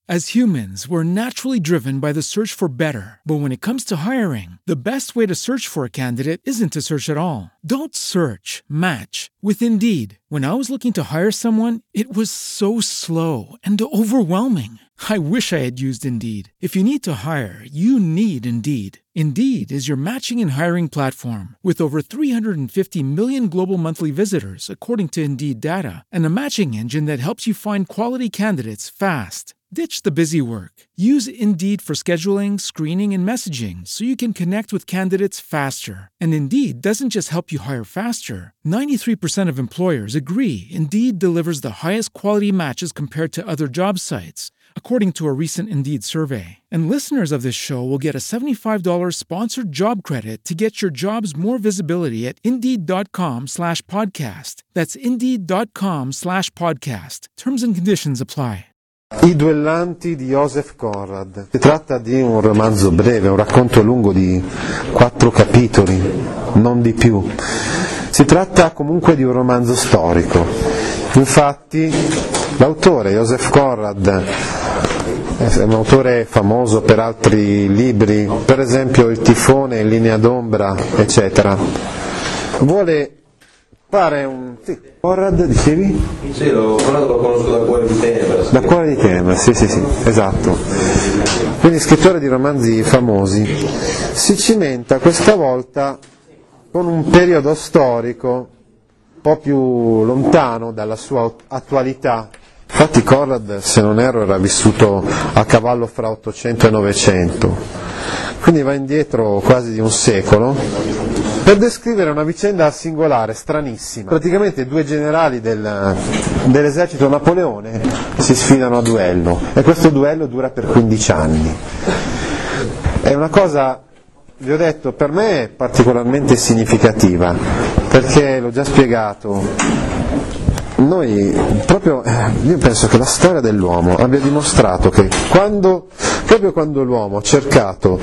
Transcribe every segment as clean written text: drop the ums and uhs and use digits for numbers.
As humans, we're naturally driven by the search for better. But when it comes to hiring, the best way to search for a candidate isn't to search at all. Don't search, match with Indeed. When I was looking to hire someone, it was so slow and overwhelming. I wish I had used Indeed. If you need to hire, you need Indeed. Indeed is your matching and hiring platform with over 350 million global monthly visitors, according to Indeed data, and a matching engine that helps you find quality candidates fast. Ditch the busy work. Use Indeed for scheduling, screening, and messaging so you can connect with candidates faster. And Indeed doesn't just help you hire faster. 93% of employers agree Indeed delivers the highest quality matches compared to other job sites, according to a recent Indeed survey. And listeners of this show will get a $75 sponsored job credit to get your jobs more visibility at Indeed.com/podcast. That's Indeed.com/podcast. Terms and conditions apply. I duellanti di Joseph Conrad. Si tratta di un romanzo breve, un racconto lungo di 4 capitoli, non di più. Si tratta comunque di un romanzo storico. Infatti l'autore, Joseph Conrad, è un autore famoso per altri libri, per esempio Il tifone, In linea d'ombra, eccetera. Vuole fare un... Sì, Conrad, dicevi? Sì, lo conosco da Cuore di Tenebra. Da Cuore di Tenebra, sì, esatto. Quindi scrittore di romanzi famosi. Si cimenta questa volta con un periodo storico un po' più lontano dalla sua attualità. Infatti Conrad, se non erro, era vissuto a cavallo fra 800 e 900, quindi va indietro quasi di un secolo, per descrivere una vicenda singolare, stranissima. Praticamente 2 generali dell'esercito Napoleone si sfidano a duello, e questo duello dura per 15 anni. È una cosa, vi ho detto, per me particolarmente significativa, perché l'ho già spiegato. Io penso che la storia dell'uomo abbia dimostrato che proprio quando l'uomo ha cercato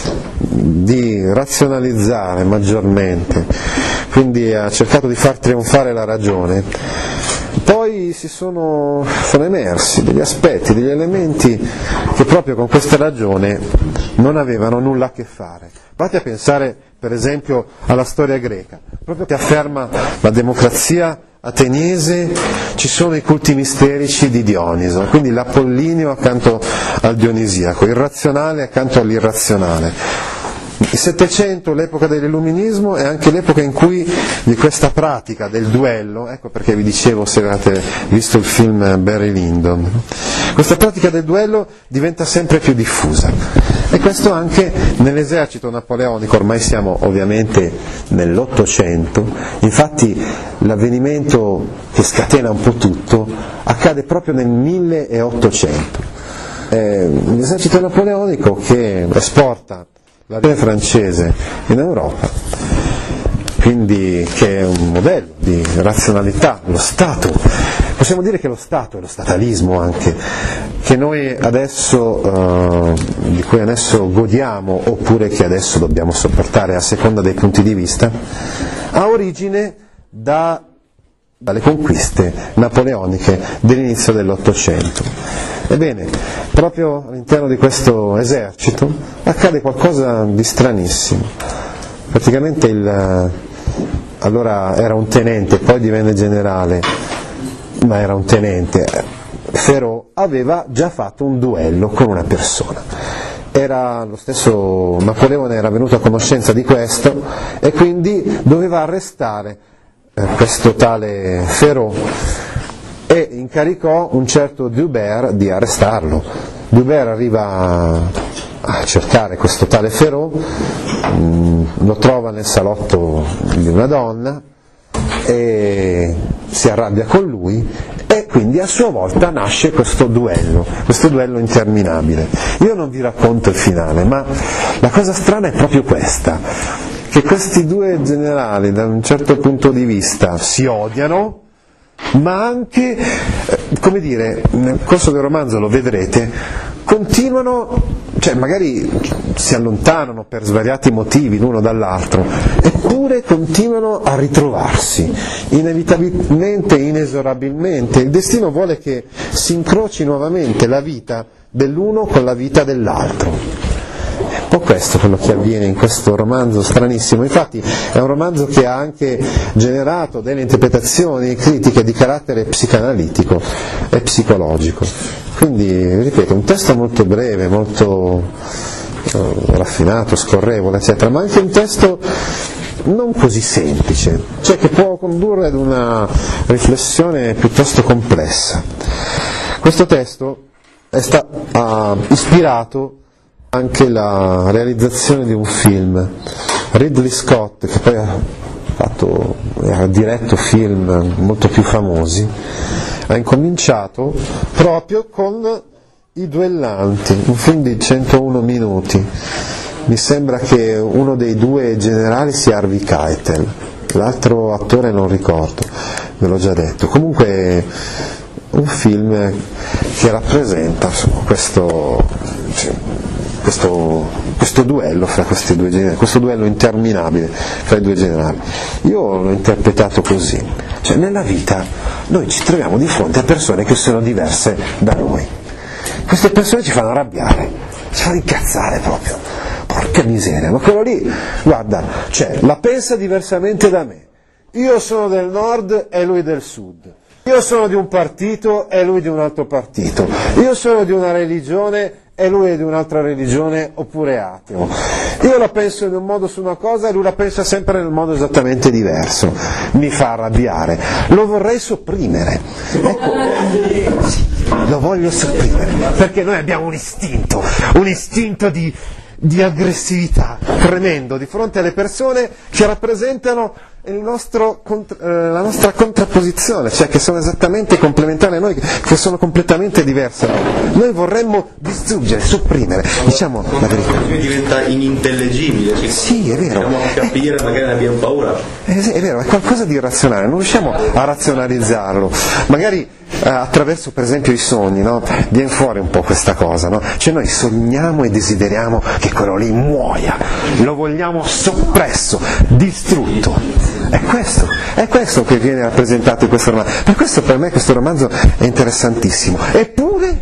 di razionalizzare maggiormente, quindi ha cercato di far trionfare la ragione, poi sono emersi degli aspetti, degli elementi che proprio con questa ragione non avevano nulla a che fare. Provate a pensare per esempio alla storia greca, proprio che afferma la democrazia ateniese, ci sono i culti misterici di Dioniso, quindi l'Apollinio accanto al Dionisiaco, il razionale accanto all'irrazionale. Il Settecento, l'epoca dell'illuminismo, è anche l'epoca in cui di questa pratica del duello, ecco perché vi dicevo se avete visto il film Barry Lyndon, questa pratica del duello diventa sempre più diffusa, e questo anche nell'esercito napoleonico. Ormai siamo ovviamente nell'Ottocento, infatti l'avvenimento che scatena un po' tutto accade proprio nel 1800. L'esercito napoleonico che esporta la regione francese in Europa, quindi che è un modello di razionalità, lo Stato, possiamo dire che lo Stato è lo statalismo anche, che noi adesso, di cui adesso godiamo oppure che adesso dobbiamo sopportare a seconda dei punti di vista, ha origine dalle conquiste napoleoniche dell'inizio dell'Ottocento. Ebbene, proprio all'interno di questo esercito accade qualcosa di stranissimo. Praticamente allora era un tenente, poi divenne generale, ma era un tenente. Ferrò aveva già fatto un duello con una persona. Era lo stesso Napoleone, era venuto a conoscenza di questo e quindi doveva arrestare questo tale Ferrò, e incaricò un certo D'Hubert di arrestarlo. D'Hubert arriva a cercare questo tale Ferrò, lo trova nel salotto di una donna e si arrabbia con lui, e quindi a sua volta nasce questo duello interminabile. Io non vi racconto il finale, ma la cosa strana è proprio questa, che questi 2 generali da un certo punto di vista si odiano, ma anche, come dire, nel corso del romanzo lo vedrete, continuano, cioè magari si allontanano per svariati motivi l'uno dall'altro, eppure continuano a ritrovarsi, inevitabilmente, inesorabilmente. Il destino vuole che si incroci nuovamente la vita dell'uno con la vita dell'altro. È un po' questo quello che avviene in questo romanzo stranissimo. Infatti è un romanzo che ha anche generato delle interpretazioni critiche di carattere psicanalitico e psicologico. Quindi, ripeto, un testo molto breve, molto raffinato, scorrevole, eccetera, ma anche un testo non così semplice, cioè che può condurre ad una riflessione piuttosto complessa. Questo testo ha ispirato anche la realizzazione di un film. Ridley Scott, che poi ha diretto film molto più famosi, ha incominciato proprio con I Duellanti, un film di 101 minuti. Mi sembra che uno dei due generali sia Harvey Keitel, l'altro attore non ricordo, ve l'ho già detto. Comunque un film che rappresenta questo duello fra questi due generali, questo duello interminabile fra i due generali. Io l'ho interpretato così, cioè nella vita noi ci troviamo di fronte a persone che sono diverse da noi. Queste persone ci fanno arrabbiare, ci fanno incazzare proprio. Porca miseria, ma quello lì, guarda, cioè, la pensa diversamente da me. Io sono del nord e lui del sud. Io sono di un partito e lui di un altro partito. Io sono di una religione e lui è di un'altra religione oppure ateo. Io la penso in un modo su una cosa e lui la pensa sempre in un modo esattamente diverso. Mi fa arrabbiare. Lo vorrei sopprimere. Ecco, lo voglio sopprimere, perché noi abbiamo un istinto di aggressività tremendo di fronte alle persone che rappresentano la nostra contrapposizione, cioè che sono esattamente complementari a noi, che sono completamente diverse. Noi vorremmo distruggere, sopprimere, diciamo la verità. Diventa inintellegibile. Sì, è vero. Dobbiamo capire, magari ne abbiamo paura. È vero, è qualcosa di irrazionale, non riusciamo a razionalizzarlo. Magari attraverso per esempio i sogni, no? Viene fuori un po' questa cosa, no? Cioè noi sogniamo e desideriamo che quello lì muoia, lo vogliamo soppresso, distrutto. È questo che viene rappresentato in questo romanzo. Per questo per me questo romanzo è interessantissimo. Eppure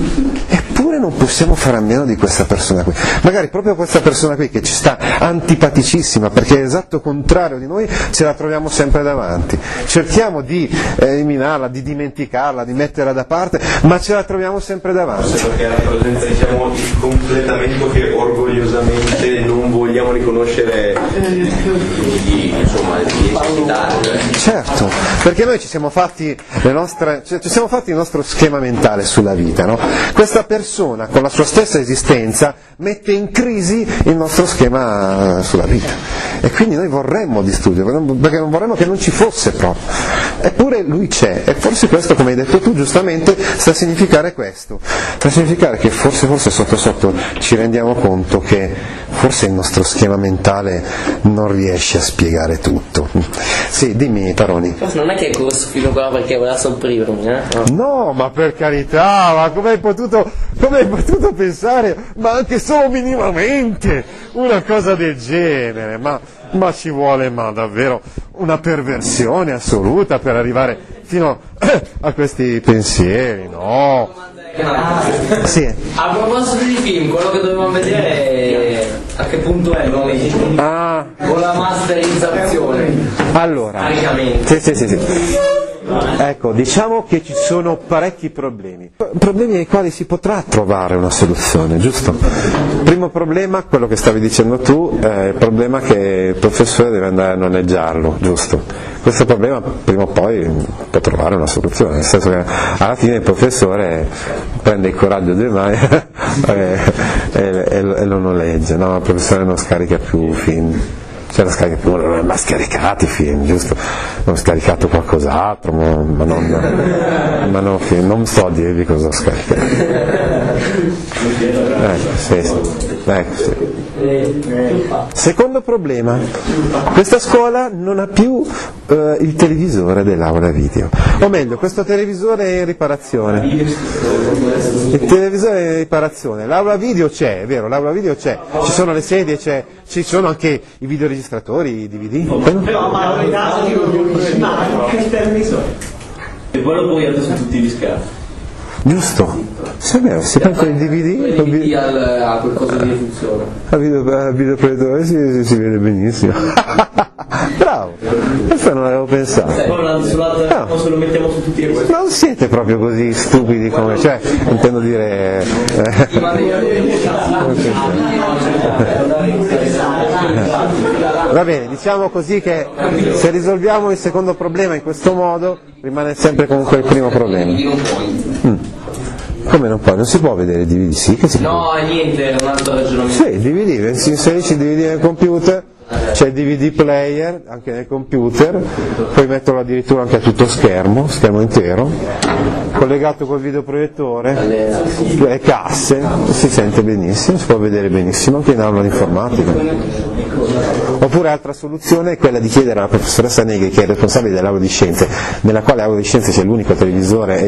non possiamo fare a meno di questa persona qui. Magari proprio questa persona qui che ci sta antipaticissima, perché è l'esatto contrario di noi, ce la troviamo sempre davanti. Cerchiamo di eliminarla, di dimenticarla, di metterla da parte, ma ce la troviamo sempre davanti. Perché rappresenta, diciamo, il completamento che orgogliosamente non vogliamo riconoscere di necessità. Certo, perché noi ci siamo fatti il nostro schema mentale sulla vita, no? Questa persona con la sua stessa esistenza mette in crisi il nostro schema sulla vita e quindi noi vorremmo distruggerlo, perché non vorremmo che non ci fosse proprio. Eppure lui c'è, e forse questo, come hai detto tu giustamente, sta a significare questo, sta a significare che forse sotto sotto ci rendiamo conto che forse il nostro schema mentale non riesce a spiegare tutto. Sì, dimmi Paroni. Non è che è questo film qua perché voleva sopprimermi, No, ma per carità, ma come hai potuto pensare, ma anche solo minimamente, una cosa del genere, ma ci vuole davvero una perversione assoluta per arrivare fino a questi pensieri, no? Sì. A proposito di film, quello che dovevamo vedere è a che punto è noi? Con la masterizzazione. Allora, sì. Ecco, diciamo che ci sono parecchi problemi ai quali si potrà trovare una soluzione, giusto? Il primo problema, quello che stavi dicendo tu, è il problema che il professore deve andare a noleggiarlo, giusto? Questo problema prima o poi può trovare una soluzione, nel senso che alla fine il professore prende il coraggio delle mani e lo noleggia, no? Il professore non scarica più film. Cioè non ha scaricati i film, giusto? Non ho scaricato qualcos'altro, ma non film, non so dirvi cosa ho scaricato. Ecco, sì. Secondo problema, questa scuola non ha più il televisore dell'aula video, o meglio, questo televisore è in riparazione. Il televisore è in riparazione, l'aula video c'è, è vero, l'aula video c'è, ci sono le sedie, ci sono anche i videoregistratori, i DVD. E poi lo puoi andare su tutti gli schermi. Giusto? Sì, è vero, si prende il DVD a quel coso di funzione. a videoproiettore si vede benissimo. Bravo, questo non l'avevo pensato. No. Se lo mettiamo su tutti i resti. Non siete proprio così stupidi come, cioè, intendo dire. Va bene, diciamo così che se risolviamo il secondo problema in questo modo rimane sempre comunque il primo problema. Come non può? Non si può vedere DVD? Sì che si può. No, niente, è un altro ragionamento. Sì, DVD, si inserisce il DVD nel computer, c'è il DVD player anche nel computer, puoi metterlo addirittura anche a tutto schermo intero, collegato col videoproiettore, le casse, si sente benissimo, si può vedere benissimo anche in aula di informatica. Oppure altra soluzione è quella di chiedere alla professoressa Negri, che è responsabile dell'aula di scienze, nella quale aula di scienze c'è l'unico televisore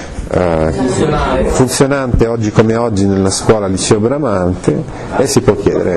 funzionante oggi come oggi nella scuola Liceo Bramante, e si può chiedere.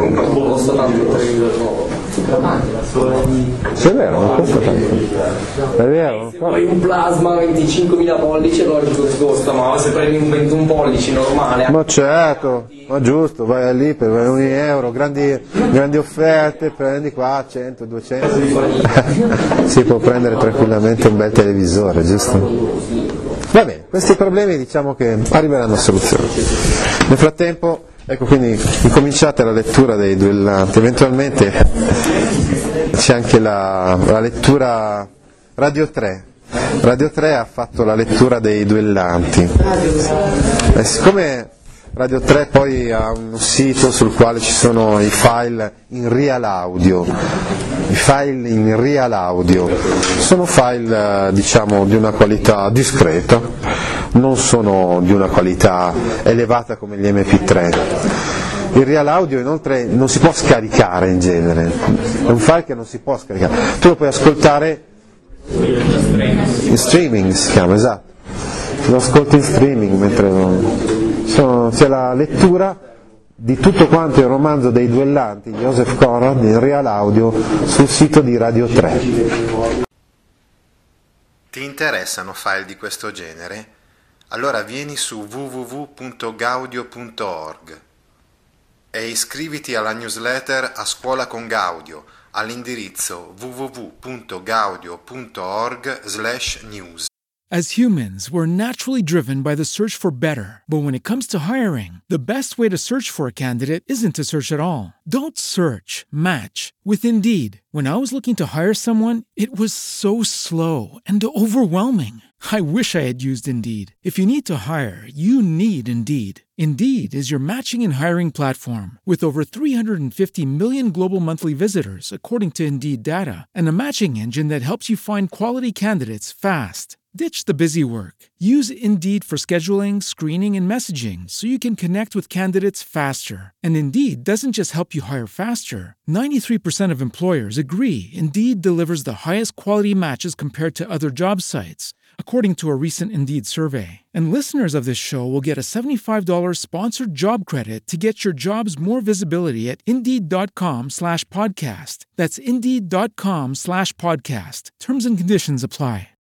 Sì, è vero, non costa tanto. È vero? Poi un plasma 25.000 pollici allora costa, ma se prendi un 21 pollici normale. Ma certo, ma giusto, vai lì per €1, grandi offerte, prendi qua 100, 200. Si può prendere tranquillamente un bel televisore, giusto? Va bene, questi problemi diciamo che arriveranno a soluzione. Nel frattempo, ecco, quindi incominciate la lettura dei duellanti, eventualmente c'è anche la lettura Radio 3. Radio 3 ha fatto la lettura dei duellanti. E siccome Radio 3 poi ha un sito sul quale ci sono i file in real audio, sono file diciamo di una qualità discreta, non sono di una qualità elevata come gli MP3. Il real audio inoltre non si può scaricare in genere, è un file che non si può scaricare, tu lo puoi ascoltare in streaming, si chiama, esatto, lo ascolti in streaming mentre c'è la lettura di tutto quanto il romanzo dei duellanti di Joseph Conrad in real audio sul sito di Radio 3. Ti interessano file di questo genere? Allora vieni su www.gaudio.org e iscriviti alla newsletter A Scuola con Gaudio all'indirizzo www.gaudio.org/news. As humans, we're naturally driven by the search for better. But when it comes to hiring, the best way to search for a candidate isn't to search at all. Don't search, match with Indeed. When I was looking to hire someone, it was so slow and overwhelming. I wish I had used Indeed. If you need to hire, you need Indeed. Indeed is your matching and hiring platform with over 350 million global monthly visitors, according to Indeed data, and a matching engine that helps you find quality candidates fast. Ditch the busy work. Use Indeed for scheduling, screening, and messaging so you can connect with candidates faster. And Indeed doesn't just help you hire faster. 93% of employers agree Indeed delivers the highest quality matches compared to other job sites, according to a recent Indeed survey. And listeners of this show will get a $75 sponsored job credit to get your jobs more visibility at Indeed.com/podcast. That's Indeed.com/podcast. Terms and conditions apply.